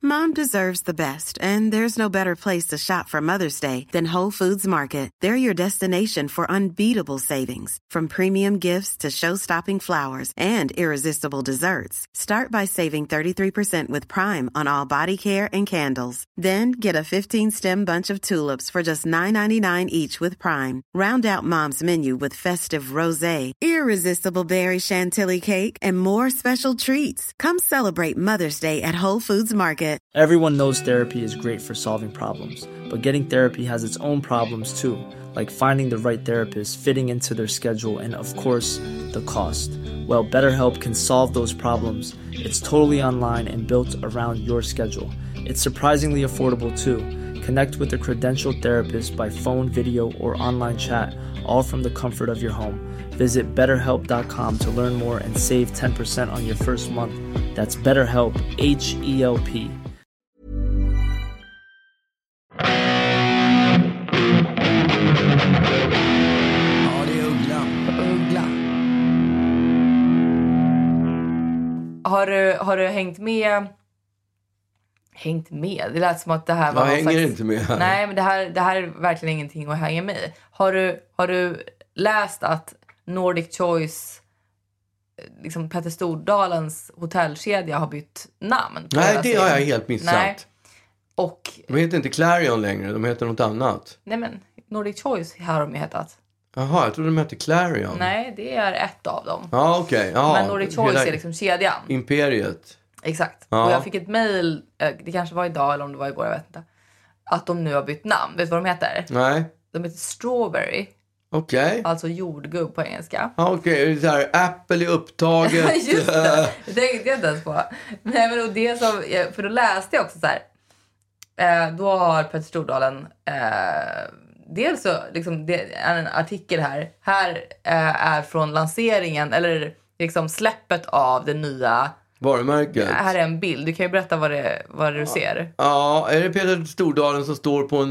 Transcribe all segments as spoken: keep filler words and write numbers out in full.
Mom deserves the best, and there's no better place to shop for Mother's Day than Whole Foods Market. They're your destination for unbeatable savings, from premium gifts to show-stopping flowers and irresistible desserts. Start by saving thirty-three percent with Prime on all body care and candles. Then get a fifteen-stem bunch of tulips for just nine ninety-nine each with Prime. Round out Mom's menu with festive rosé, irresistible berry chantilly cake, and more special treats. Come celebrate Mother's Day at Whole Foods Market. Everyone knows therapy is great for solving problems, but getting therapy has its own problems too, like finding the right therapist, fitting into their schedule, and of course, the cost. Well, BetterHelp can solve those problems. It's totally online and built around your schedule. It's surprisingly affordable too. Connect with a credentialed therapist by phone, video, or online chat, all from the comfort of your home. Visit better help dot com to learn more and save ten percent on your first month. That's BetterHelp, H E L P. Ja, det är Uggla. Uggla. Har du, har du hängt med... Hängt med? Det lät som att det här var... Jag hänger slags... inte med här. Nej, men det här, det här är verkligen ingenting att hänga med. Har du, har du läst att Nordic Choice, liksom Petter Stordalens hotellkedja, har bytt namn? Nej, det har jag helt missat. Nej. Och... De heter inte Clarion längre, de heter något annat. Nej, men Nordic Choice har de ju hetat. Jaha, jag trodde de hette Clarion. Nej, det är ett av dem. Ja, okej. Okay. Ja, men Nordic Choice är liksom kedjan. Imperiet. Exakt. Ja. Och jag fick ett mejl, det kanske var idag eller om det var igår, jag vet inte. Att de nu har bytt namn. Vet du vad de heter? Nej. De heter Strawberry. Okej. Okay. Alltså jordgubb på engelska. Ja, okej. Okay. Det är så här, Apple är upptaget. Just det. Det tänkte jag inte ens på. Nej, men och det som, för då läste jag också så här. Eh, då har Petter Stordalen eh, dels så liksom det är en artikel här. Här eh, är från lanseringen eller liksom släppet av det nya varumärket. Här är en bild. Du kan ju berätta vad det vad du ser. Ja, är det Petter Stordalen som står på en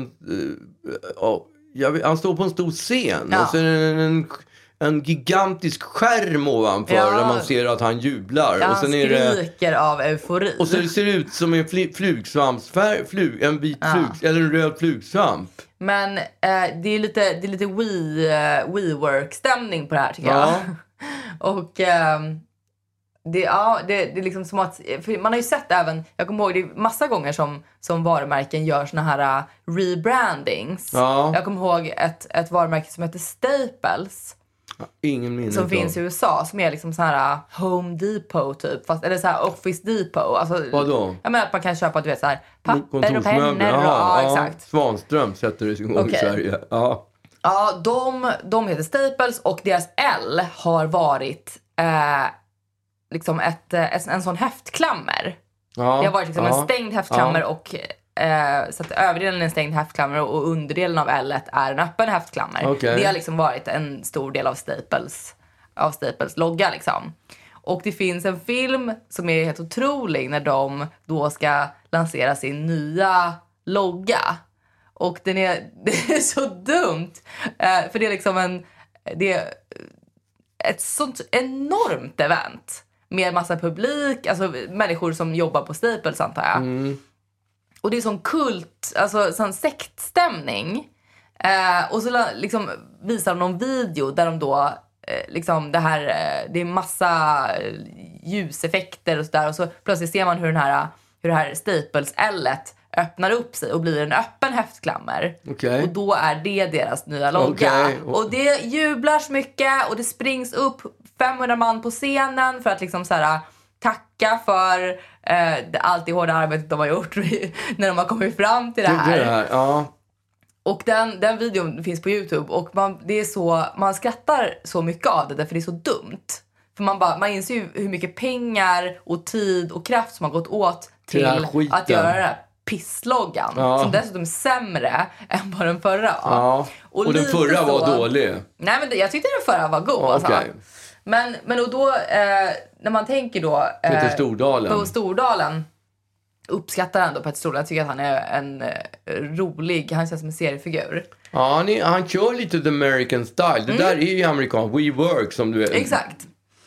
uh, uh, jag, han står på en stor scen ja. och så är det en, en, en gigantisk skärm ovanför ja. där man ser att han jublar. Ja, och sen han är det, skriker av eufori. Och så det ser ut som en fl- flugsvampsfärg, flug, en vit ja. flug, eller en röd flugsvamp. Men eh, det är lite, det är lite We, uh, WeWork-stämning på det här tycker ja. jag. och... Eh, Det, ja, det, det är liksom som att... För man har ju sett även... Jag kommer ihåg det är massa gånger som, som varumärken gör såna här uh, rebrandings. Ja. Jag kommer ihåg ett, ett varumärke som heter Staples. Ja, ingen minne. Som finns i U S A. Som är liksom så här uh, Home Depot typ. Fast, eller så här Office Depot. Alltså, vadå? Jag menar att man kan köpa du vet, så här, papper och pennor. Och, ja, ja, exakt. Svanström sätter det igång okay. i Sverige. Ja, ja de, de heter Staples. Och deras L har varit... Eh, liksom ett, ett, en sån häftklammer. Ja, det har varit liksom ja, en stängd häftklammer ja. och eh, så att överdelen är en stängd häftklammer och underdelen av L är en öppen häftklammer. Okay. Det har liksom varit en stor del av Staples av Staples logga liksom. Och det finns en film som är helt otrolig när de då ska lansera sin nya logga. Och den är, det är så dumt. Eh, för det är liksom en det är ett sånt enormt event. Med massa publik, alltså människor som jobbar på Staples antar jag. Mm. Och det är sån kult, alltså sån sektstämning. Eh, och så liksom visar de någon video där de då, eh, liksom det här, eh, det är massa ljuseffekter och sådär. Och så plötsligt ser man hur, den här, hur det här Staples-L-et öppnar upp sig och blir en öppen häftklammer. Okay. Och då är det deras nya logga. Okay. Och det jublar så mycket och det springs upp femhundra man på scenen för att liksom så här, tacka för eh, allt det hårda arbetet de har gjort när de har kommit fram till det här. Det här ja. Och den, den videon finns på YouTube och man, det är så, man skrattar så mycket av det därför det är så dumt. För man, bara, man inser ju hur mycket pengar och tid och kraft som har gått åt till att göra det här pissloggan. Ja. Som dessutom är sämre än vad den förra var. Ja. Och, och den förra så, var dålig. Nej, men det, jag tyckte den förra var god. Ja, alltså. okay. Men, men och då, eh, när man tänker då eh, Petter Stordalen. på Stordalen, uppskattar han då Petter Stordalen. Jag tycker att han är en eh, rolig, han känns som en seriefigur. Ja, han, han kör lite the American style. Det mm. där är ju amerikan, we work som du vet. Exakt.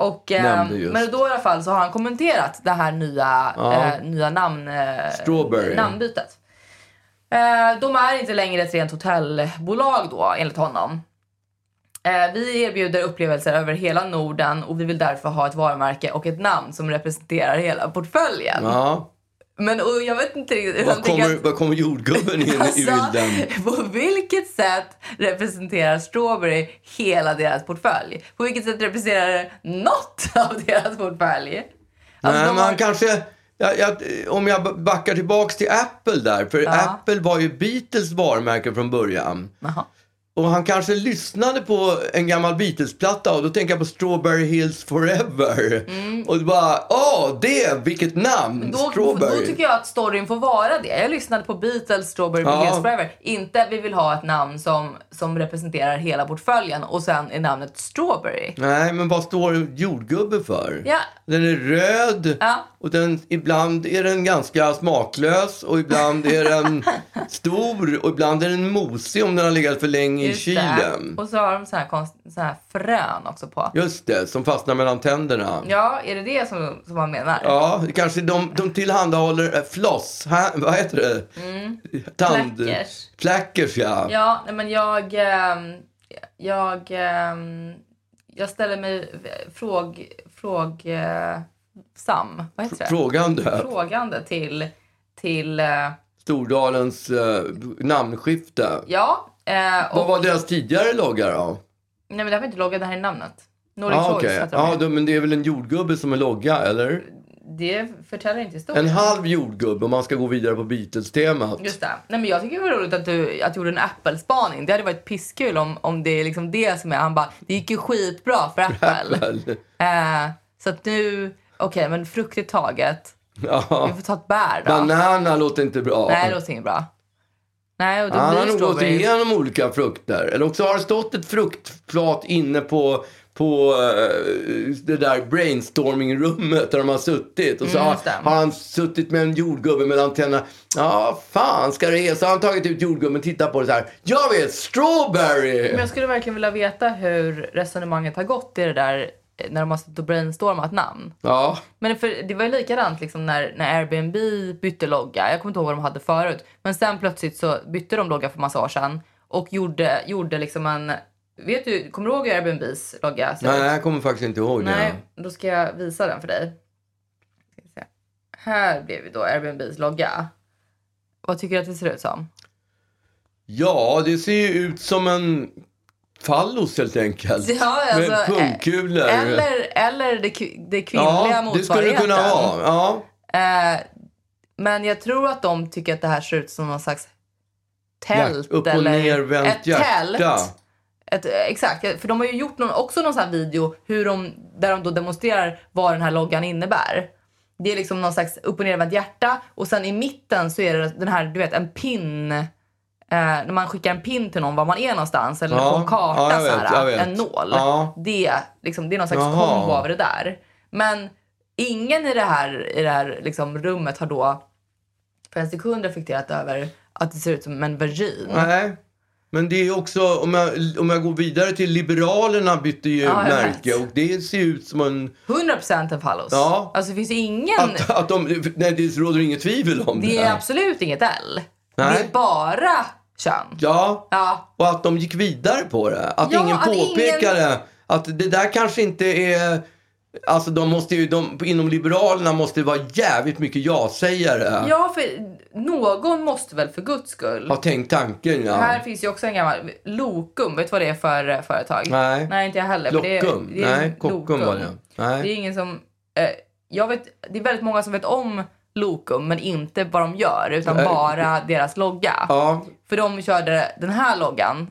Och, eh, men då i alla fall så har han kommenterat det här nya, ja. eh, nya namn, eh, namnbytet. Eh, de är inte längre ett rent hotellbolag då, enligt honom. Eh, vi erbjuder upplevelser över hela Norden och vi vill därför ha ett varumärke och ett namn som representerar hela portföljen. Ja. Men och jag vet inte riktigt... Vad kommer, vad kommer jordgubben in alltså, i bilden? På vilket sätt representerar Strawberry hela deras portfölj? På vilket sätt representerar det något av deras portfölj? Alltså, Nej, men har... han kanske... Jag, jag, om jag backar tillbaks till Apple där. För ja. Apple var ju Beatles varumärke från början. Aha. Och han kanske lyssnade på en gammal Beatles-platta och då tänker jag på Strawberry Hills Forever. Mm. Och det bara, åh, det, vilket namn, då, Strawberry. Då tycker jag att storyn får vara det. Jag lyssnade på Beatles, Strawberry ja. Hills Forever. Inte vi vill ha ett namn som, som representerar hela portföljen och sen är namnet Strawberry. Nej, men vad står jordgubbe för? Ja. Den är röd ja. och den, ibland är den ganska smaklös och ibland är den stor och ibland är den mosig om den har legat för länge i kylen. Och så har de så här, konst, så här frön också på. Just det, som fastnar mellan tänderna. Ja, är det det som, som man menar? Ja, kanske de, de tillhandahåller äh, floss. Ha, vad heter det? Mm. Tand... Fläckers. Fläckers, ja. Ja, men jag... Jag... Jag ställer mig fråg... Fråg... Sam. Vad heter det? Frågande. Frågande till... Till... Stordalens uh, namnskifte. Ja. Eh, och... Vad var deras tidigare loggar då? Nej, men det har inte loggat det här i namnet. Nordic ah, Choice okay. heter Ja, de. men det är väl en jordgubbe som är logga, eller? Det förtäller inte historien. En halv jordgubbe om man ska gå vidare på Beatles-temat. Just det. Nej, men jag tycker det var roligt att du, att du gjorde en Apple-spaning. Det hade varit pisskul om, om det är liksom det som är. Han bara, det gick ju skitbra för Apple. Apple. Eh, så att nu, okej, okay, men fruktigt taget. Ja. Vi får ta ett bär då. Banana låter inte bra. Nej, det låter inte bra. Nej, och då han blir har nog gått strawberry... igenom olika frukter. Eller också har det stått ett fruktplat inne på, på uh, det där brainstorming-rummet där de har suttit. Och så mm, har, har han suttit med en jordgubbe mellan tänderna. Ja, fan ska det är. Så har han tagit ut jordgubben och tittat på det så här. Jag vet, strawberry! Men jag skulle verkligen vilja veta hur resonemanget har gått i det där när de har stått och brainstormat namn. Ja. Men för, det var ju likadant liksom när, när Airbnb bytte logga. Jag kommer inte ihåg vad de hade förut. Men sen plötsligt så bytte de logga för massa år sedan. Och gjorde, gjorde liksom en... Vet du, kommer du ihåg Airbnbs logga? Nej, jag kommer faktiskt inte ihåg det. Nej, då ska jag visa den för dig. Här blev vi då Airbnbs logga. Vad tycker du att det ser ut som? Ja, det ser ju ut som en... fallos helt enkelt. Ja, alltså, med pungkulor. Eller, eller det, det kvinnliga ja, motsvarigheten. Det skulle kunna vara, ja. Eh, men jag tror att de tycker att det här ser ut som någon slags tält. Ja, upp och eller nervänt ett hjärta. Tält. Ett, exakt, för de har ju gjort någon, också någon sån här video hur de, där de då demonstrerar vad den här loggan innebär. Det är liksom någon slags upp och nervänt hjärta. Och sen i mitten så är det den här, du vet, en pin... Eh, när man skickar en pin till någon var man är någonstans eller ja, på en karta ja, vet, så här, en nål. Ja. Det, liksom, det är någon slags Jaha. kombo av det där. Men ingen i det här, i det här liksom, rummet har då för en sekund reflekterat över att det ser ut som en vagin. Nej, men det är också, om jag, om jag går vidare till Liberalerna bytte ju ja, märke och det ser ut som en... hundra procent en fallos. Ja. Alltså det finns ingen... Att, att de, nej, det råder inget tvivel om det. Det är absolut inget L. Nej. Det är bara kön. Ja. Ja, och att de gick vidare på det. Att ja, ingen att påpekade ingen... att det där kanske inte är... Alltså de måste ju, de, inom Liberalerna måste det vara jävligt mycket ja-sägare. Ja, för någon måste väl för guds skull ha tänkt tanken, ja. Här finns ju också en gammal Lokum, vet du vad det är för företag? Nej. Nej, inte jag heller. Lockum. Det är, det är Nej, Kockum var det. Nej. Det är ingen som... Eh, jag vet, det är väldigt många som vet om Lokum, men inte vad de gör, utan Nej. bara deras logga. Ja. För de körde den här loggan.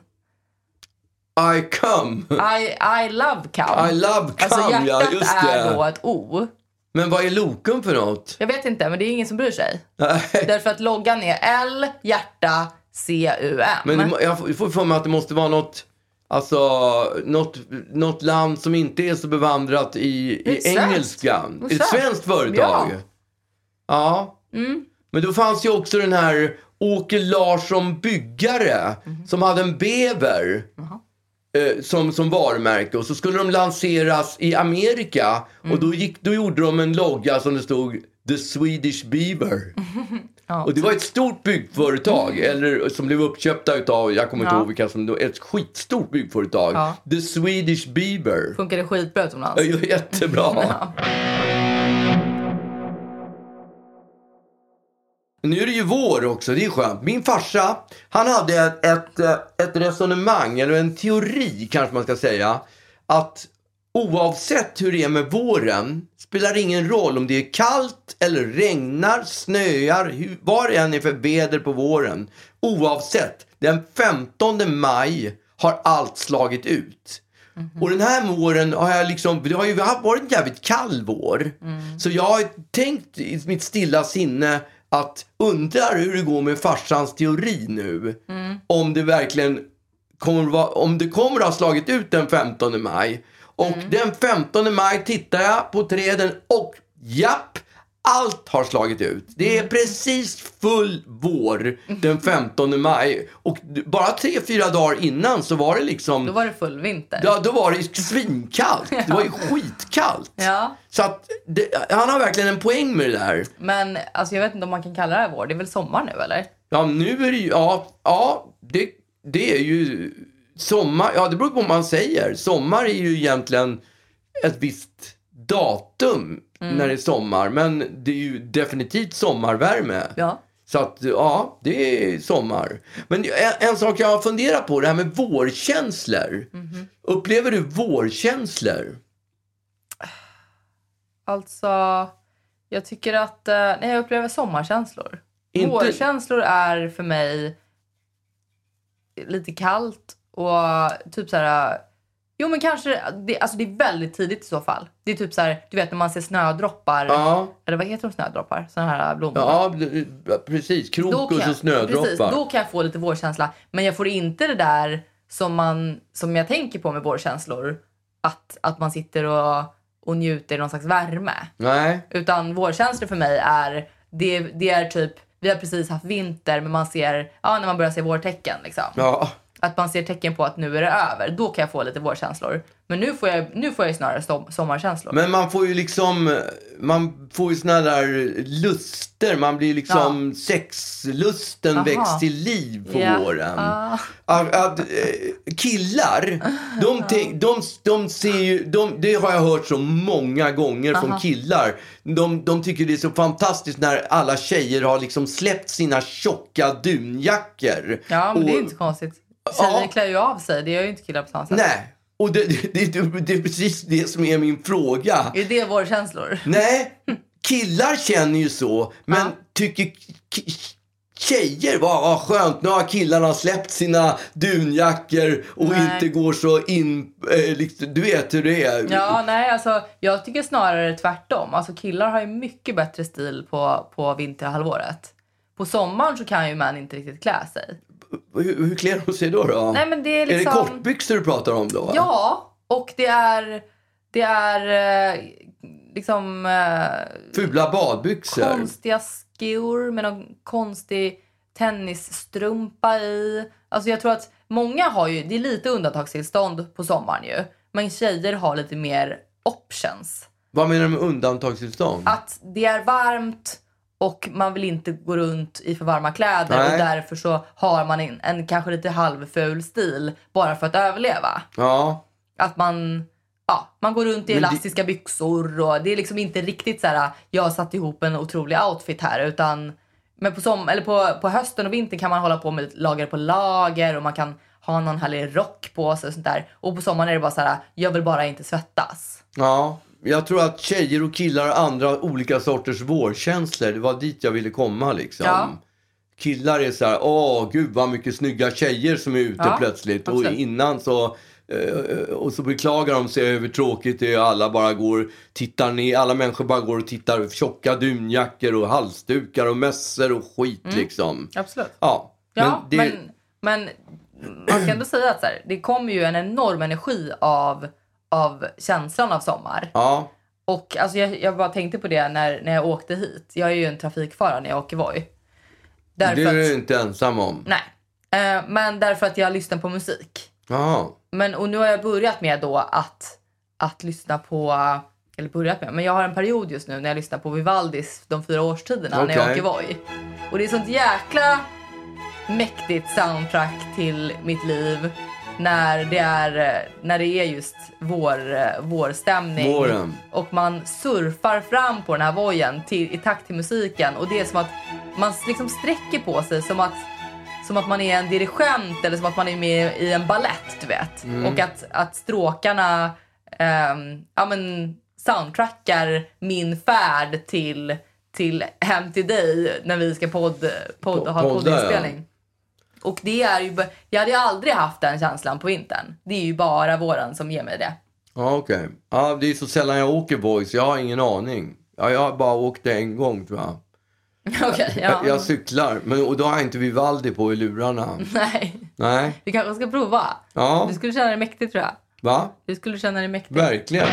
I come. I, I love come. I love come, alltså hjärtat ja, just det. är då ett O. Men vad är Lokum för något? Jag vet inte, men det är ingen som bryr sig. Nej. Därför att loggan är L, hjärta, C U M. Men det, jag får för mig att det måste vara något, alltså, något, något land som inte är så bevandrat i, i engelskan. Ett svenskt företag. Ja. Ja. Mm. Men då fanns ju också den här Åke Larsson byggare mm. som hade en bever. Jaha. eh, som, som varumärke. Och så skulle de lanseras i Amerika. Mm. Och då, gick, då gjorde de en logga som det stod The Swedish Beaver. Ja. Och det var ett stort byggföretag. Mm. Eller som blev uppköpta utav, jag kommer inte ja. ihåg vilka som, ett skitstort byggföretag. Ja. The Swedish Beaver. Funkar det skitbra utomlands? Ja, jättebra. Ja. Nu är det ju vår också, det är skönt. Min farsa, han hade ett, ett, ett resonemang, eller en teori kanske man ska säga, att oavsett hur det är med våren spelar ingen roll om det är kallt eller regnar, snöar, hur, vad det än är för väder på våren. Oavsett, den femtonde maj har allt slagit ut. Mm-hmm. Och den här våren har jag liksom, det har ju varit en jävligt kall vår. Mm. Så jag har tänkt i mitt stilla sinne att undrar hur det går med farsans teori nu. Mm. Om det verkligen kommer vara, om det kommer att ha slagit ut den femtonde maj. Och mm. den femtonde maj tittar jag på träden och japp, allt har slagit ut. Det är mm. precis full vår den femtonde maj. Och bara tre, fyra dagar innan så var det liksom... Då var det full vinter. Ja, då var det svinkallt. Ja. Det var ju skitkallt. Ja. Så att det, han har verkligen en poäng med det där. Men alltså jag vet inte om man kan kalla det här vår. Det är väl sommar nu, eller? Ja, nu är det ju... Ja, ja det, det är ju... Sommar, ja det beror på vad man säger. Sommar är ju egentligen ett visst datum mm. när det är sommar. Men det är ju definitivt sommarvärme. Ja. Så att ja, det är sommar. Men en, en sak jag har funderat på, det här med vårkänslor. Mm-hmm. Upplever du vårkänslor? Alltså, jag tycker att nej, jag upplever sommarkänslor. Inte... Vårkänslor är för mig lite kallt. Och typ så här, jo men kanske det, alltså det är väldigt tidigt i så fall. Det är typ så här, du vet när man ser snödroppar. Ja. Eller vad heter de snödroppar? Såna här blommor. Ja, precis. Krokus jag, och snödroppar. Precis, då kan jag få lite vårkänsla. Men jag får inte det där som man som jag tänker på med vårkänslor. Att, att man sitter och, och njuter någon slags värme. Nej. Utan vårkänslor för mig är det, det är typ, vi har precis haft vinter men man ser, ja när man börjar se vårtecken liksom. Ja. Att man ser tecken på att nu är det över. Då kan jag få lite vårkänslor. Men nu får jag, nu får jag snarare som, sommarkänslor. Men man får ju liksom... Man får ju såna där luster. Man blir liksom... Ja. Sexlusten Aha. väcks till liv på yeah. våren. Ah. Att, att, äh, killar... De, te, de, de ser ju... De, det har jag hört så många gånger Aha. från killar. De, de tycker det är så fantastiskt när alla tjejer har liksom släppt sina tjocka dunjackor. Ja, men och, det är inte konstigt. Tjejer ja. klär ju av sig, det gör ju inte killar på samma sätt. Nej, och det, det, det, det är precis det som är min fråga. Är det våra känslor? Nej, killar känner ju så, men ja. tycker k- tjejer, vad, vad skönt, nu har killarna släppt sina dunjackor och nej. inte går så in, eh, liksom, du vet hur det är. Ja, nej, alltså jag tycker snarare tvärtom. Alltså killar har ju mycket bättre stil på, på vinterhalvåret. På sommaren så kan ju män inte riktigt klä sig. Hur, hur klär de sig då då? Nej, men det är, liksom... är det kortbyxor du pratar om då? Ja, och det är det är liksom fula badbyxor. Konstiga skor med någon konstig tennisstrumpa i. Alltså jag tror att många har ju, det är lite undantagstillstånd på sommaren ju. Men tjejer har lite mer options. Vad menar du med undantagstillstånd? Att det är varmt och man vill inte gå runt i för varma kläder. Nej. Och därför så har man en, en kanske lite halvful stil bara för att överleva. Ja. Att man, ja, man går runt i men elastiska det... byxor. Och det är liksom inte riktigt så här, jag har satt ihop en otrolig outfit här. Utan men på, som, eller på, på hösten och vintern kan man hålla på med lager på lager. Och man kan ha någon härlig rock på sig och sånt där. Och på sommaren är det bara så här, jag vill bara inte svettas. Ja. Jag tror att tjejer och killar har andra olika sorters vårkänslor. Det var dit jag ville komma liksom. Ja. Killar är så här, åh gud vad mycket snygga tjejer som är ute ja, plötsligt. Absolut. Och innan så, och så beklagar de sig över tråkigt det är. Alla bara går, tittar ner, alla människor bara går och tittar tjocka dunjackor och halsdukar och mössor och skit mm. liksom. Absolut. Ja, ja men, det... men, men man kan ändå säga att så här, det kommer ju en enorm energi av... av känslan av sommar. Ja. Och alltså jag, jag bara tänkte på det när, när jag åkte hit. Jag är ju en trafikfara när jag åker Voi. Därför det är du att, inte ensam om. Nej. Eh, men därför att jag lyssnar på musik. Ja. men, och nu har jag börjat med då att, att lyssna på, eller börjat med, men jag har en period just nu när jag lyssnar på Vivaldis De fyra årstiderna okay. när jag åker Voi. Och det är sånt jäkla mäktigt soundtrack till mitt liv när det är, när det är just vår, vårstämning. Våren. Och man surfar fram på den här vojen till, i takt till musiken. Och det är som att man liksom sträcker på sig som att, som att man är en dirigent eller som att man är med i en ballett, du vet. Mm. Och att, att stråkarna ähm, ja, men, soundtrackar min färd till, till hem till dig när vi ska podd, podd, ha poddinspelning. Ja. Och det är ju, jag hade ju aldrig haft den känslan på vintern. Det är ju bara våren som ger mig det. Ja, okej. Okay. Ja, det är så sällan jag åker Voice. Jag har ingen aning. Ja, jag har bara åkt det en gång, tror jag. Okay, ja. jag, jag cyklar. Men, och då har jag inte Vivaldi på i lurarna. Nej. Nej. Vi kanske ska prova. Ja. Du skulle känna dig mäktigt, tror jag. Va? Du skulle känna dig mäktigt. Verkligen.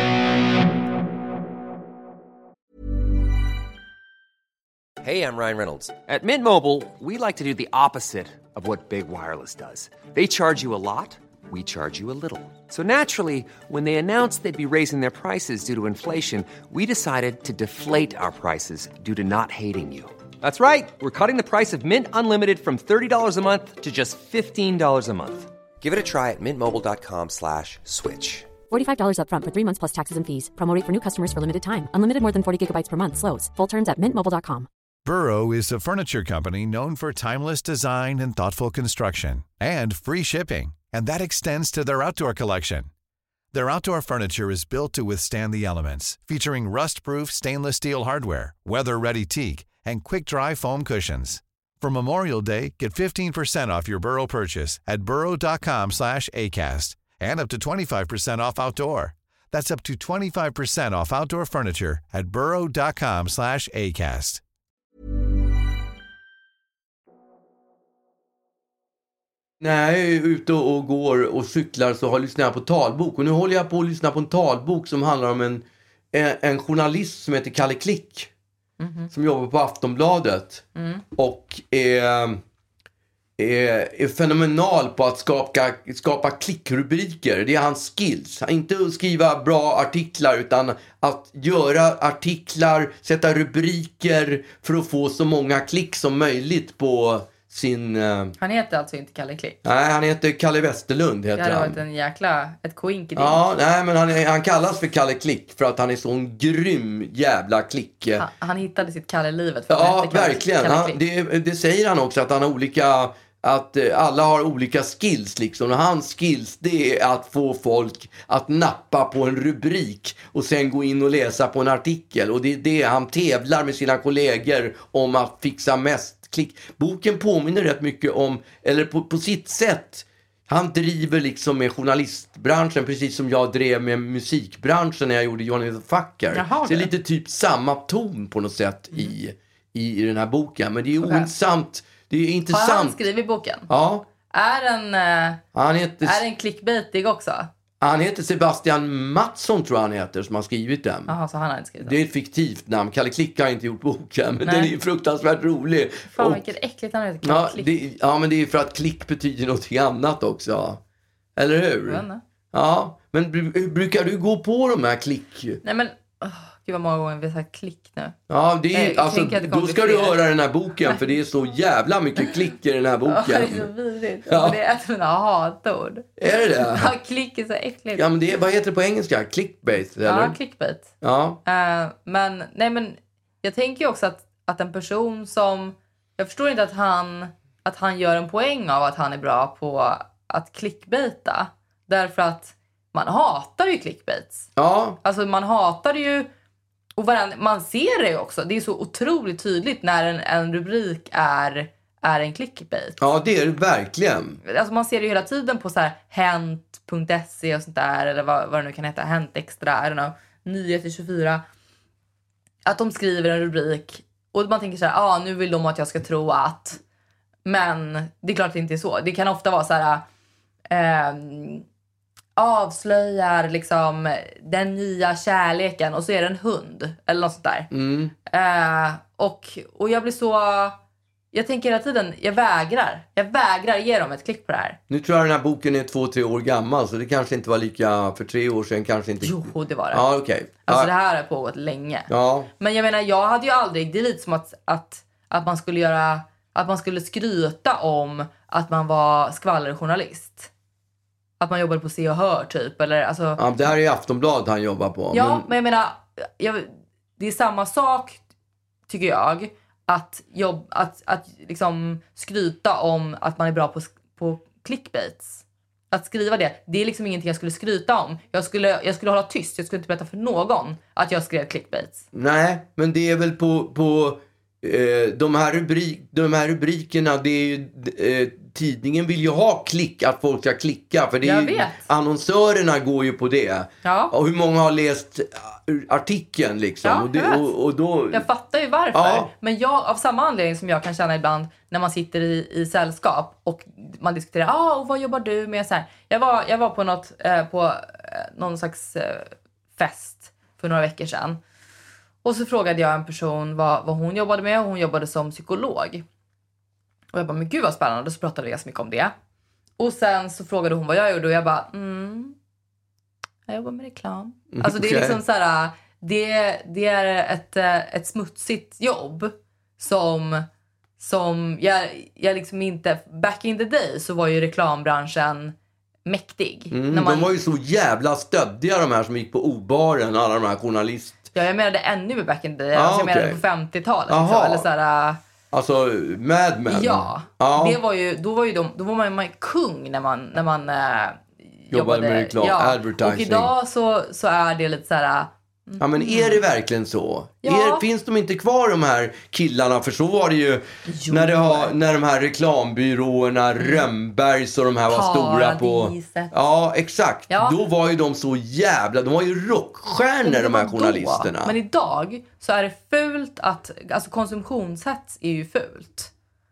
Hey, I'm Ryan Reynolds. At Mint Mobile, we like to do the opposite of what Big Wireless does. They charge you a lot, we charge you a little. So naturally, when they announced they'd be raising their prices due to inflation, we decided to deflate our prices due to not hating you. That's right. We're cutting the price of Mint Unlimited from thirty dollars a month to just fifteen dollars a month. Give it a try at mintmobile.com slash switch. forty-five dollars up front for three months plus taxes and fees. Promo rate for new customers for limited time. Unlimited more than forty gigabytes per month. Slows full terms at mint mobile dot com. Burrow is a furniture company known for timeless design and thoughtful construction, and free shipping, and that extends to their outdoor collection. Their outdoor furniture is built to withstand the elements, featuring rust-proof stainless steel hardware, weather-ready teak, and quick-dry foam cushions. For Memorial Day, get fifteen percent off your Burrow purchase at burrow.com slash ACAST, and up to twenty-five percent off outdoor. That's up to twenty-five percent off outdoor furniture at burrow.com slash ACAST. När jag är ute och går och cyklar så har jag lyssnat på talbok. Och nu håller jag på att lyssna på en talbok som handlar om en, en, en journalist som heter Kalle Klick. Mm-hmm. Som jobbar på Aftonbladet. Mm. Och är, är, är fenomenal på att skapa, skapa klickrubriker. Det är hans skills. Inte att skriva bra artiklar utan att göra artiklar, sätta rubriker för att få så många klick som möjligt på sin... Uh... Han heter alltså inte Kalle Klick. Nej, han heter Kalle Westerlund heter han. Det hade varit en jäkla... ett koink i det. Ja, nej, men han, är, han kallas för Kalle Klick för att han är sån grym jävla klick. Han, han hittade sitt Kalle-livet. För ja, Kalle, verkligen. Kalle han, det, det säger han också, att han har olika... att alla har olika skills liksom. Och hans skills, det är att få folk att nappa på en rubrik och sen gå in och läsa på en artikel. Och det är det han tävlar med sina kollegor om att fixa mest klick. Boken påminner rätt mycket om, eller på, på sitt sätt, han driver liksom med journalistbranschen precis som jag drev med musikbranschen när jag gjorde Johnny the Fucker. Jaha, så det är lite typ samma ton på något sätt mm. i, i, i den här boken. Men det är okay. ointressant. Det är intressant. Har han skrivit boken? Ja. Är den, han heter, är den clickbaitig också? Han heter Sebastian Mattsson, tror jag han heter, som har skrivit den. Jaha, så han har inte skrivit den. Det är ett fiktivt namn. Kalle Klick har inte gjort boken, men Nej. den är ju fruktansvärt rolig. Fan, och, vilket äckligt han heter, Kalle ja, Klick. Det, ja, men det är för att klick betyder något annat också. Eller hur? Ja, men hur brukar du gå på de här klick? Nej, men... Oh. Gud vad många gånger vi har sagt klick nu. Ja, det är, alltså, då ska du höra den här boken. För det är så jävla mycket klick i den här boken. Ja, det är så vidrigt. Ja. Det är ett av mina hatord. Är det det? Ja, klick är så äckligt. Ja, men det är, vad heter det på engelska? Clickbait, eller? Ja, clickbait. Ja. Uh, men, nej men, jag tänker ju också att, att en person som... Jag förstår inte att han, att han gör en poäng av att han är bra på att clickbaita. Därför att man hatar ju clickbaits. Ja. Alltså man hatar ju... Och varandra, man ser det ju också. Det är så otroligt tydligt när en, en rubrik är, är en clickbait. Ja, det är det verkligen. Alltså man ser det ju hela tiden på så här hänt punkt se och sånt där. Eller vad, vad det nu kan heta. Hänt extra, I don't know. Nyheter tjugofyra. Att de skriver en rubrik. Och man tänker så här, ja ah, nu vill de att jag ska tro att. Men det är klart att det inte är så. Det kan ofta vara så här... Eh, avslöjar liksom den nya kärleken och så är det en hund eller något sånt där. Mm. Uh, och, och jag blir så jag tänker hela tiden, jag vägrar. Jag vägrar ge dem ett klick på det här. Nu tror jag den här boken är två, tre år gammal. Så det kanske inte var lika för tre år sedan. Kanske inte... Jo, det var det. Ja, okej. Okay. Alltså ja. det här har pågått länge. Ja. Men jag menar, jag hade ju aldrig, det är lite som att, att, att man skulle göra, att man skulle skryta om att man var skvallerjournalist. Att man jobbade på Se och Hör typ. Eller, alltså... Ja, det här är Aftonbladet han jobbar på. Ja, men, men jag menar, jag, det är samma sak tycker jag. Att, jobb, att, att liksom skryta om att man är bra på, på clickbaits. Att skriva det, det är liksom ingenting jag skulle skryta om. Jag skulle, jag skulle hålla tyst, jag skulle inte berätta för någon att jag skrev clickbaits. Nej, men det är väl på, på eh, de, här rubrik, de här rubrikerna, det är ju, eh, tidningen vill ju ha klick, att folk ska klicka. För det är jag ju, vet. annonsörerna går ju på det. Ja. Och hur många har läst artikeln liksom? Ja, och, det, jag vet. och, och då... Jag fattar ju varför. Ja. Men jag, av samma anledning som jag kan känna ibland när man sitter i, i sällskap och man diskuterar, ah, och vad jobbar du med? Så här. Jag, var, jag var på, något, eh, på eh, någon slags eh, fest för några veckor sedan. Och så frågade jag en person vad, vad hon jobbade med. Och hon jobbade som psykolog. Och jag bara, men gud vad spännande. Och så pratade vi ganska mycket om det. Och sen så frågade hon vad jag gjorde. Och jag bara, mm, jag jobbar med reklam. Alltså det är liksom så här, det, det är ett, ett smutsigt jobb som, som jag, jag liksom inte, back in the day så var ju reklambranschen mäktig. Mm, när man, de var ju så jävla stöddiga de här som gick på O-baren, alla de här journalister. Ja, jag menade ännu mer back in the day. Ah, alltså, jag okay. menade på femtiotalet. Liksom, eller så här, alltså Mad Men. ja, ja. Det var ju, då var ju de, då var man, man kung när man, när man äh, jobbade, jobbade med reklam, ja. advertising. Och idag så, så är det lite så här. Ja, men är det verkligen så? Ja. Är, finns de inte kvar de här killarna? För så var det ju när, det har, när de här reklambyråerna, mm. Rönnbergs och de här var Paradiset. stora på... Ja, exakt. Ja. Då var ju de så jävla... De var ju rockstjärnor, de här journalisterna. Då. Men idag så är det fult att... Alltså konsumtionshets är ju fult.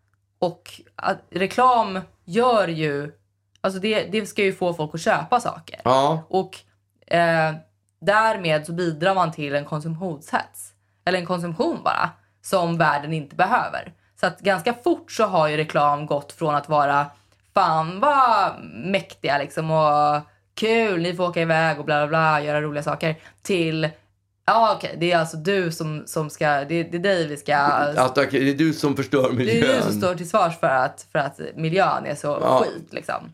Och att reklam gör ju... Alltså det, det ska ju få folk att köpa saker. Ja. Och... Eh, därmed så bidrar man till en konsumtionshets. Eller en konsumtion bara. Som världen inte behöver. Så att ganska fort så har ju reklam gått från att vara fan vad mäktiga liksom. Och kul, ni får åka iväg och bla bla bla. Göra roliga saker. Till, ja okej, okay, det är alltså du som, som ska, det, det är dig vi ska. Att, det är du som förstör miljön. Det är du som står till svars för att, för att miljön är så ja. skit liksom.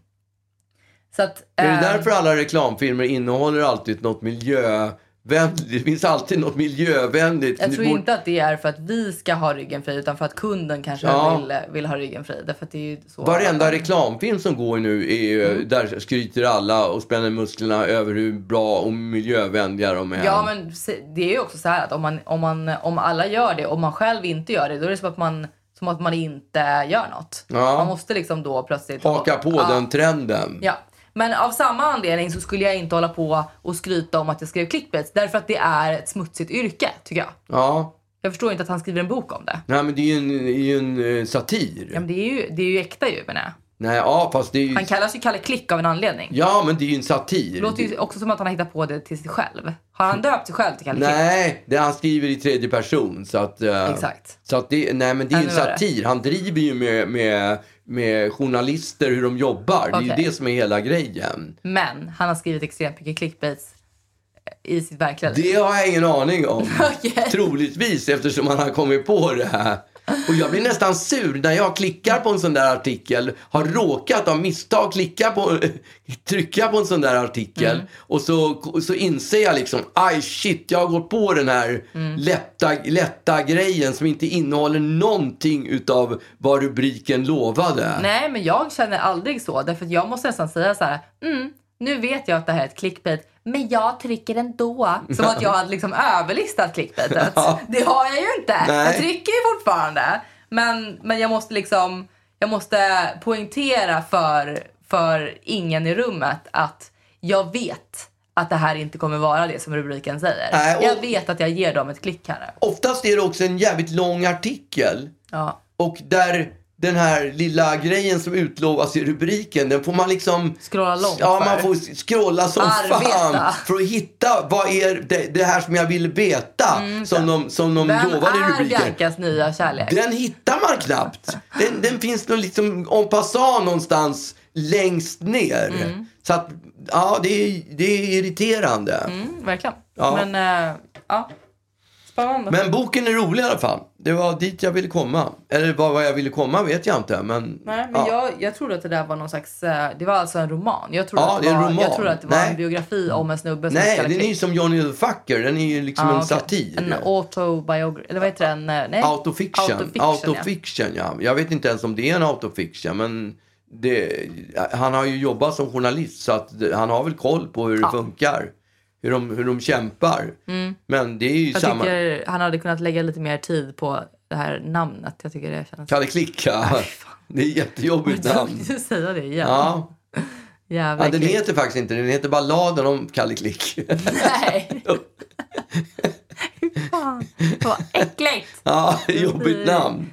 Så att, är det äh, därför alla reklamfilmer innehåller alltid något miljövänligt? Det finns alltid något miljövänligt. Jag tror inte att det är för att vi ska ha ryggen fri, utan för att kunden kanske ja. vill, vill ha ryggen fri. Därför att det är ju så. Varenda reklamfilm som går nu är, mm. där skryter alla och spänner musklerna över hur bra och miljövänliga de är. Ja, men det är ju också så här att om, man, om, man, om alla gör det och man själv inte gör det, då är det som att man, som att man inte gör något. Ja. Man måste liksom då plötsligt haka på ja. den trenden. Ja. Men av samma anledning så skulle jag inte hålla på och skryta om att jag skrev clickbaits. Därför att det är ett smutsigt yrke, tycker jag. Ja. Jag förstår inte att han skriver en bok om det. Nej, men det är ju en, det är ju en uh, satir. Ja, men det är ju, det är ju äkta ju, menar jag. Nej, ja, fast det är ju... Han kallas ju Kalle Klick av en anledning. Ja, men det är ju en satir. Det låter ju också som att han har hittat på det till sig själv. Har han döpt sig själv till Kalle Klick? Nej, det han skriver i tredje person. Så att, uh, exakt. Så att det, nej, men det är ju en satir. Han driver ju med, med, med journalister hur de jobbar. Okay. Det är ju det som är hela grejen. Men han har skrivit extremt mycket clickbaits i sitt verkliga liv. Det har jag ingen aning om. Okay. Troligtvis, eftersom han har kommit på det här. Och jag blir nästan sur när jag klickar på en sån där artikel. Har råkat av misstag klicka på, trycka på en sån där artikel. Mm. Och så, så inser jag liksom, aj shit, jag har gått på den här mm. lätta, lätta grejen som inte innehåller någonting utav vad rubriken lovade. Nej, men jag känner aldrig så. Därför att jag måste nästan säga så här, mm, nu vet jag att det här är ett clickbait. Men jag trycker ändå. Som att jag hade liksom överlistat clickbaitet. Ja. Det har jag ju inte. Nej. Jag trycker ju fortfarande. Men, men jag måste liksom, jag måste poängtera för, för ingen i rummet att jag vet att det här inte kommer vara det som rubriken säger. Nej, och jag vet att jag ger dem ett klick här. Oftast är det också en jävligt lång artikel. Ja. Och där... den här lilla grejen som utlovas i rubriken, den får man liksom... Scrolla långt Ja, man för. får scrolla som Arbeta. fan för att hitta vad är det, det här som jag ville veta Mm, som de, som de Vem lovade i är rubriken. Biancas nya kärlek? Den hittar man knappt. Den, den finns nog liksom en passant någonstans längst ner. Mm. Så att, ja, det är, det är irriterande. Mm, verkligen. Ja. Men, äh, ja. Spännande. Men boken är rolig i alla fall. Det var dit jag ville komma. Eller vad, vad jag ville komma vet jag inte. Men, Nej, men ja. jag, jag trodde att det där var någon slags... eh, Det var alltså en roman. Jag trodde, Ja, att, det det är en var, roman. jag trodde att det var Nej. en biografi om en snubbe som Nej, heter den är ju Klick. som Johnny the Fucker. Den är ju liksom Ah, en okej. satir. En autobiography. Eller vad heter den? Nej. Autofiction. Autofiction, Autofiction, ja. Jag vet inte ens om det är en autofiction. Men det, han har ju jobbat som journalist. Så att det, han har väl koll på hur det Ja. funkar. Hur de, hur de kämpar. Mm. Men det är ju Jag samma... tycker han hade kunnat lägga lite mer tid på det här namnet. Jag tycker det känns... Kalle Klick, ja. Nej, fan. Det är ett jättejobbigt Jag namn. tänkte säga det igen. Ja. Jävla Ja, den Klick. heter faktiskt inte. Den heter Balladen om Kalle Klick. Nej. Fan, vad äckligt. Ja, jobbigt namn.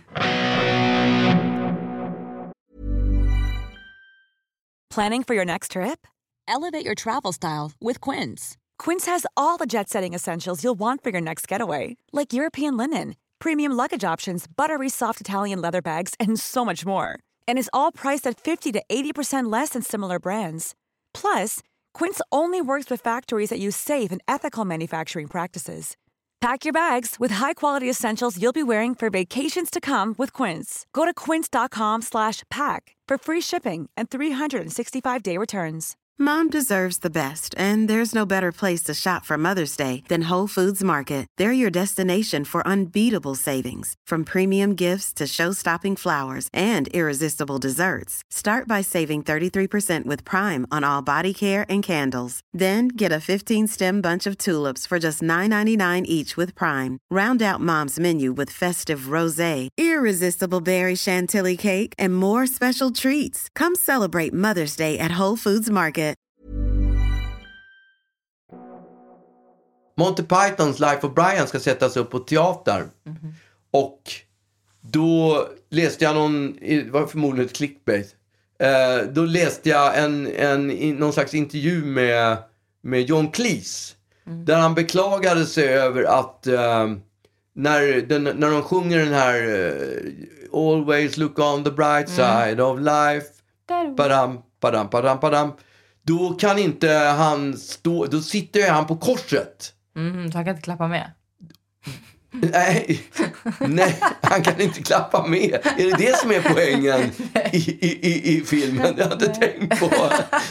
Planning for your next trip? Elevate your travel style with Quince. Quince has all the jet-setting essentials you'll want for your next getaway, like European linen, premium luggage options, buttery soft Italian leather bags, and so much more. And is all priced at fifty to eighty percent less than similar brands. Plus, Quince only works with factories that use safe and ethical manufacturing practices. Pack your bags with high-quality essentials you'll be wearing for vacations to come with Quince. Go to quince.com slash pack for free shipping and three sixty-five day returns. Mom deserves the best, and there's no better place to shop for Mother's Day than Whole Foods Market. They're your destination for unbeatable savings, from premium gifts to show-stopping flowers and irresistible desserts. Start by saving thirty-three percent with Prime on all body care and candles. Then get a fifteen-stem bunch of tulips for just nine ninety-nine each with Prime. Round out Mom's menu with festive rosé, irresistible berry chantilly cake, and more special treats. Come celebrate Mother's Day at Whole Foods Market. Monty Pythons Life of Brian ska sättas upp på teater. Mm-hmm. Och då läste jag någon, det var förmodligen ett clickbait. Eh, då läste jag en, en, någon slags intervju med, med John Cleese. Mm. Där han beklagade sig över att eh, när, den, när de sjunger den här eh, Always look on the bright side mm. of life. Padam, padam, padam, padam. Då kan inte han stå, då sitter han på korset. Mm, så han kan inte klappa med. Nej, nej, han kan inte klappa med. Är det det som är poängen i, i, i, i filmen? Det har jag inte tänkt på.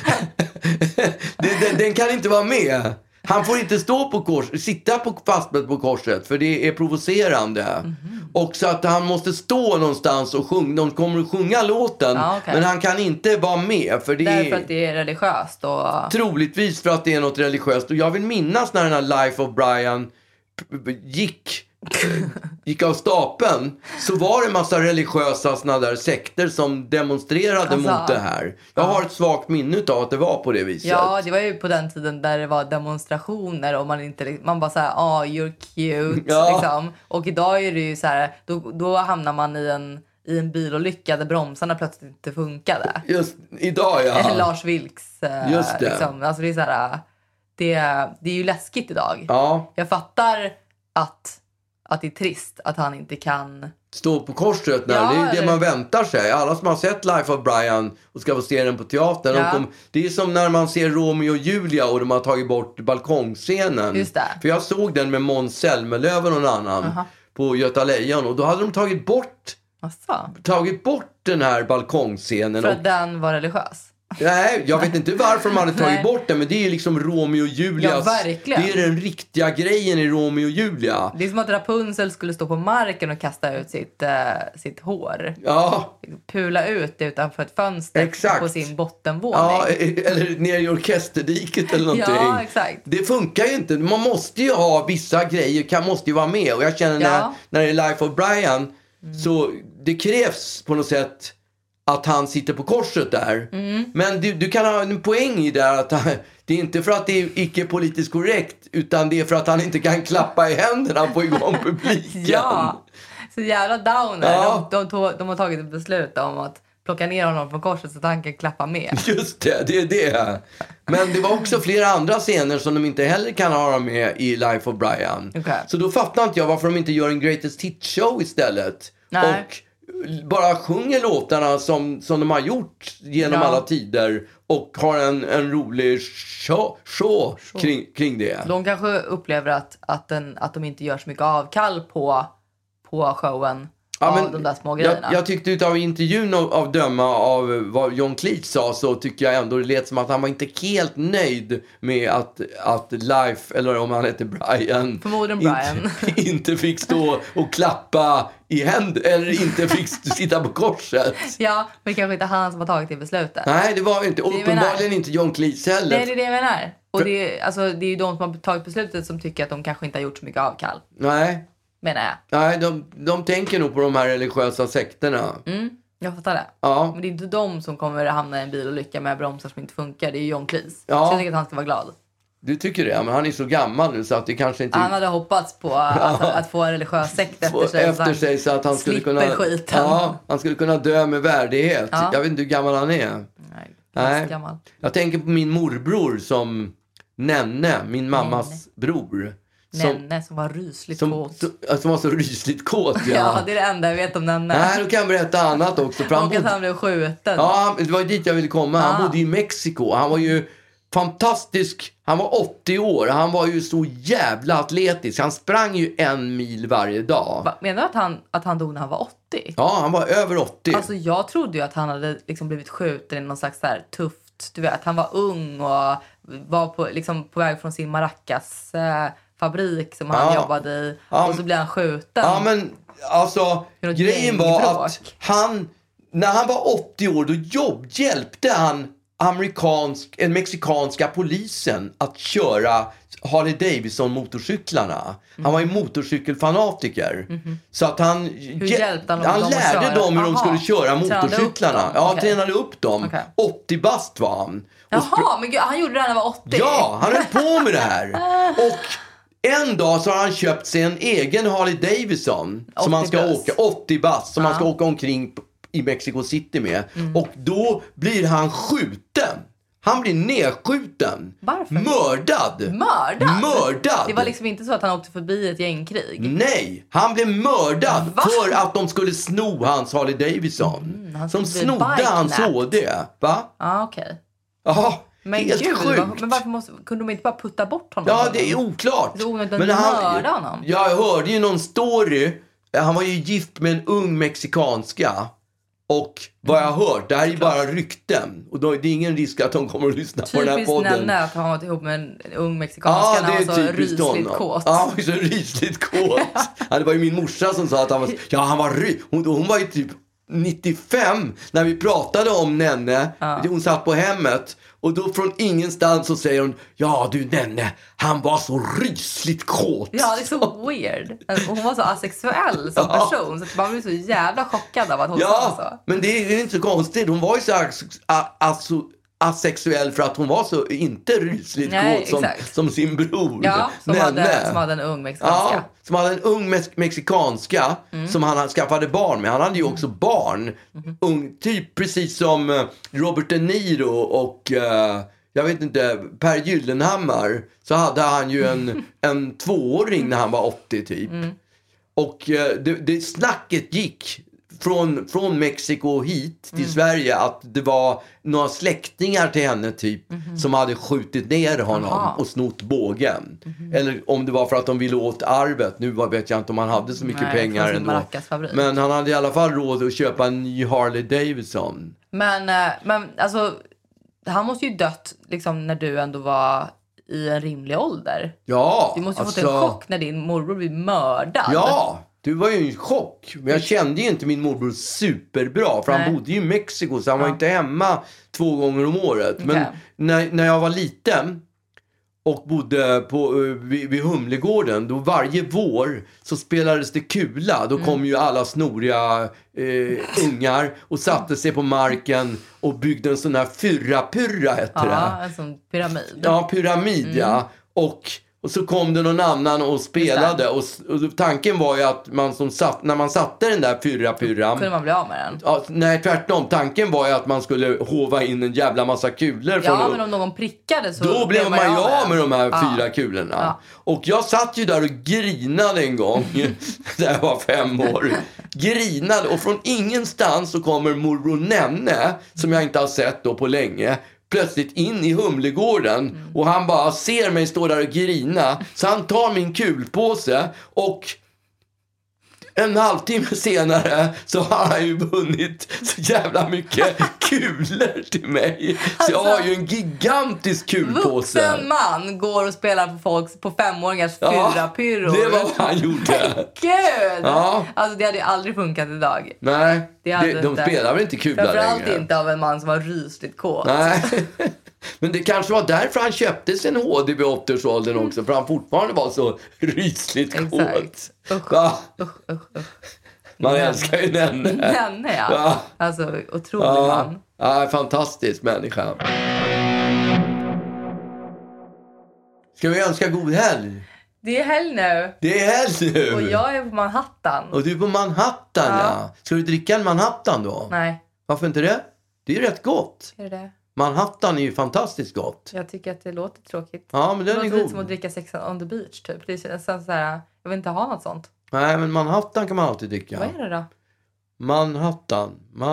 Den, den kan inte vara med. Han får inte stå på korset, sitta på fastbädd på korset, för det är provocerande. Mm-hmm. Och så att han måste stå någonstans och sjunga. De kommer att sjunga låten, ja, okay. Men han kan inte vara med. För det Därför är, att det är religiöst. Och... Troligtvis för att det är något religiöst. Och jag vill minnas när den här Life of Brian gick... gick av stapeln, så var det en massa religiösa såna där sekter som demonstrerade alltså, mot det här. Jag har ett svagt minne av att det var på det viset. Ja, det var ju på den tiden där det var demonstrationer och man inte man bara så här, ah, oh, you're cute ja. Liksom. Och idag är det ju så här, då, då hamnar man i en i en bilolycka där bromsarna plötsligt inte funkade. Just idag, ja. Lars Vilks eh, just det. Liksom. Alltså det är så här, det, det är ju läskigt idag. Ja. Jag fattar att Att det är trist att han inte kan... Stå på korset när ja, det är det eller... man väntar sig. Alla som har sett Life of Brian och ska få se den på teatern. Ja. De kom, det är som när man ser Romeo och Julia och de har tagit bort balkongscenen. Just det. För jag såg den med Måns Zelmerlöw och någon annan uh-huh. på Göta Lejon. Och då hade de tagit bort, Asså. tagit bort den här balkongscenen. För att och... den var religiös. Nej, jag vet inte varför man hade tagit bort den, men det är ju liksom Romeo och Julias. Ja, verkligen. Det är den riktiga grejen i Romeo och Julia. Det är som att Rapunzel skulle stå på marken och kasta ut sitt, uh, sitt hår. Ja. Pula ut utanför ett fönster. Exakt. På sin bottenvåning. Ja, eller ner i orkesterdiket eller någonting. Ja, exakt. Det funkar ju inte. Man måste ju ha vissa grejer, kan måste ju vara med. Och jag känner ja. när, när det är Life of Brian, mm. så det krävs på något sätt att han sitter på korset där. Mm. Men du, du kan ha en poäng i det att han, det är inte för att det är icke politiskt korrekt, utan det är för att han inte kan klappa i händerna på igång publiken. Ja, Så jävla downer. Ja. De, de, tog, de har tagit ett beslut om att plocka ner honom från korset så att han kan klappa med. Just det, det är det. Men det var också flera andra scener som de inte heller kan ha med i Life of Brian. Okay. Så då fattar inte jag varför de inte gör en Greatest Hits show istället. Nej. Och bara sjunger låtarna som, som de har gjort genom ja. alla tider. Och har en, en rolig show, show kring, kring det. De kanske upplever att, att, den, att de inte gör så mycket avkall på, på showen. Ja, av men de där små grejerna. Jag, jag tyckte utav intervjun av, av döma av vad John Cleese sa, så tycker jag ändå det lät som att han var inte helt nöjd med att, att Life, eller om han heter Brian, förmodligen Brian. Inte, inte fick stå och klappa i händer, eller inte fick sitta på korset. Ja, men kanske inte han som har tagit det beslutet. Nej, det var inte. Och uppenbarligen inte John Cleese heller. Nej, det är det jag menar. Och det är, alltså, det är ju de som har tagit beslutet som tycker att de kanske inte har gjort så mycket avkall. Nej. Menar jag. Nej, de, de tänker nog på de här religiösa sekterna. Mm, jag fattar det. Ja. Men det är inte de som kommer hamna i en bilolycka med bromsar som inte funkar. Det är ju John Cleese. Ja. Så jag tycker att han ska vara glad. Du tycker det? Men han är så gammal nu så att det kanske inte... Han hade hoppats på att, att få en religiös sekt efter sig. Efter så sig så att han skulle kunna... skiten. Ja, han skulle kunna dö med värdighet. Ja. Jag vet inte hur gammal han är. Nej, Nej. Gammal. Jag tänker på min morbror som Nenne, min mammas Nenne. bror. Som, Nenne som var rysligt som, kåt. Som var så rysligt kåt, ja. Ja, det är det enda jag vet om Nenne. Nej, då kan jag berätta annat också. Och att han blev skjuten. Ja, det var ju dit jag ville komma. Han ah. bodde i Mexiko. Han var ju fantastisk. Han var åttio år. Han var ju så jävla atletisk. Han sprang ju en mil varje dag. Va, menar du att han, att han dog när han var åttio? Ja, han var över åttio. Alltså jag trodde ju att han hade liksom blivit skjuten i någon slags så här tufft, du vet. Han var ung och var på, liksom på väg från sin maracas eh, fabrik som han ja. jobbade i. Ja. Och så blev han skjuten. Ja, men alltså grejen var bråk. att han, när han var åttio år, då jobb, hjälpte han amerikansk, en mexikanska polisen att köra Harley Davidson motorcyklarna. Mm. Han var ju motorcykelfanatiker. Mm-hmm. Så att han, hur han, han dem lärde dem hur Aha. de skulle köra motorcyklarna. Tränade ja, okay. tränade upp dem. Okay. åttio bast var han. Jaha, spr- men gud, han gjorde det när han var åttio. Ja, han höll på med det här. Och en dag så har han köpt sig en egen Harley Davidson som han ska bus. åka, åttio bast, som ja. han ska åka omkring i Mexico City med. Mm. Och då blir han skjuten. Han blir nedskjuten. Varför? Mördad. Mördad? Mördad. Det var liksom inte så att han åkte förbi ett gängkrig. Nej, han blev mördad. Va? För att de skulle sno hans Harley Davidson. Mm, Som snodde hans så det. Va? Ja, okej. Okay. Ja, men helt gud, sjukt. Var, men varför måste, kunde de inte bara putta bort honom? Ja, det är oklart. Det är onödigt att men han, mörda honom. Jag hörde ju någon story. Han var ju gift med en ung mexikanska. Och vad jag har hört, det här är ju bara rykten. Och då är det ingen risk att de kommer att lyssna typiskt på den här podden. Typiskt Nenne att han var ihop med en ung mexikanska ja, när han var så rysligt honom. kåt. Ja, han var så rysligt kåt. Ja, det var ju min morsa som sa att han var... Ja, han var ry... Hon, hon var ju typ nittiofem när vi pratade om Nenne. Ja. Hon satt på hemmet. Och då från ingenstans så säger hon: ja du Nenne, han var så rysligt kåt. Ja, det är så weird. Hon var så asexuell som ja. person. Så man blev så jävla chockad av att hon ja, sa så. Men det är inte så konstigt. Hon var ju så alltså asexuell för att hon var så inte rysligt Nej, kåt som, som sin bror. Ja, som Nenne. hade, som hade en ung mexikanska. Ja, som hade en ung me- mexikanska mm. som han skaffade barn med. Han hade ju också mm. barn. Mm. Ung, typ precis som Robert De Niro och uh, jag vet inte, Per Gyllenhammar. Så hade han ju en, en tvååring när han var åttio typ. Mm. Och uh, det, det snacket gick Från, från Mexiko hit till mm. Sverige att det var några släktingar till henne typ mm-hmm. som hade skjutit ner honom Aha. och snott bågen. Mm-hmm. Eller om det var för att de ville åt arvet. Nu vet jag inte om han hade så mycket Nej, pengar ändå. Men han hade i alla fall råd att köpa en ny Harley Davidson. Men, men alltså, han måste ju dött liksom, när du ändå var i en rimlig ålder. Ja. Du måste ju alltså... fått en chock när din morbror blir mördad. Ja. Det var ju en chock. Men jag kände ju inte min morbror superbra. För Nej. han bodde ju i Mexiko. Så han ja. var inte hemma två gånger om året. Okay. Men när, när jag var liten och bodde på, vid, vid Humlegården. Då varje vår så spelades det kula. Då mm. kom ju alla snoriga eh, ungar. Och satte sig på marken. Och byggde en sån här fyrra-pyrra hette ja, det. Ja, en sån pyramid. Ja, pyramid mm. ja. Och... Och så kom det någon annan och spelade. Och, och tanken var ju att man som satt, när man satte den där fyra pyram. Kunde man bli av med den? Ja, nej, tvärtom. Tanken var ju att man skulle hova in en jävla massa kulor. Ja, från men om någon prickade så... Då blev man ju av med de här ja. fyra kulorna. Ja. Och jag satt ju där och grinade en gång. När jag var fem år. Grinade. Och från ingenstans så kommer morbror Nenne, som jag inte har sett då på länge, plötsligt in i Humlegården. Mm. Och han bara ser mig stå där och grina. Så han tar min kulpåse och en halvtimme senare så har han ju vunnit så jävla mycket kulor till mig. Så jag har ju en gigantisk kulpåse. Vuxen man går och spelar på folks, på femåringars ja, fyra pyrror. Det var vad han gjorde. Gud! Ja. Alltså det hade ju aldrig funkat idag. Nej, det hade det, de inte. spelar väl inte kulor längre. Framförallt inte av en man som var rysligt kåt. Nej. Men det kanske var därför han köpte sin H D vid åttioårsåldern också. För han fortfarande var så rysligt kåt. Exakt. Usch, Va? usch, usch, usch. Man Nenne. älskar ju Nenne. Nenne, ja. Va? Alltså, otrolig Ja. man. Ja, fantastisk människa. Ska vi önska god helg? Det är helg nu. Det är helg nu. Och jag är på Manhattan. Och du är på Manhattan, ja. Ja. Ska du dricka en Manhattan då? Nej, Varför inte det? Det är ju rätt gott. är det det? Manhattan är ju fantastiskt gott. Jag tycker att det låter tråkigt. Ja, men Det den är låter lite som god. att dricka Sex on the beach, typ. Det är så så här, jag vill inte ha något sånt. Nej, men Manhattan kan man alltid dricka. Vad är det då? Manhattan.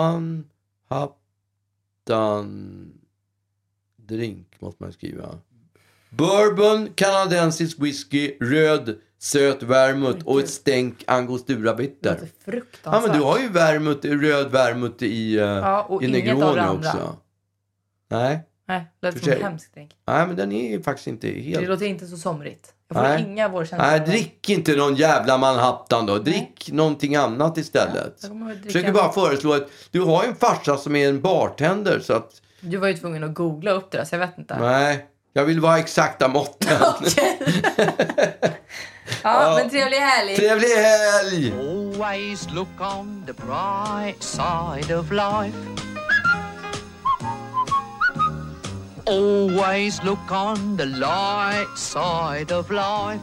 Manhattan. Drink måste man skriva. Bourbon, kanadensisk whisky, röd, söt vermouth och ett stänk angostura Det bitter. låter fruktansvärt. Ja, men du har ju vermouth, röd vermouth i, uh, Ja, och i inget av Negroni det andra. också. Nej. Nej, det låter För som en sig. hemsk drink. Nej, men den är ju faktiskt inte helt... Det låter inte så somrigt. Jag får Nej. inga vårkänslor. Nej, drick inte någon jävla Manhattan då. Drick någonting annat istället. Jag kommer att dricka- Försöker bara föreslå att du har ju en farsa som är en bartender så att... Du var ju tvungen att googla upp det där, så jag vet inte. Nej, jag vill vara exakta måtten. Okej. Ja, men trevlig helg. Trevlig helg! Always look on the bright side of life. Always look on the light side of life.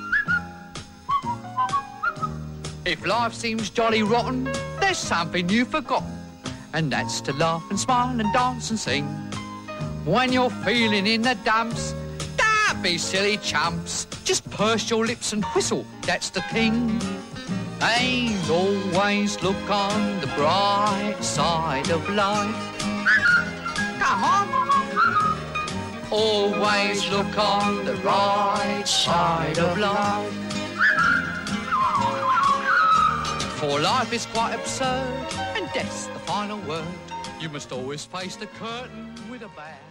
If life seems jolly rotten, there's something you've forgotten, and that's to laugh and smile and dance and sing. When you're feeling in the dumps, don't be silly chumps. Just purse your lips and whistle, that's the thing. And always look on the bright side of life. Come on. Always look on the right side of life. For life is quite absurd, and death's the final word. You must always face the curtain with a bow.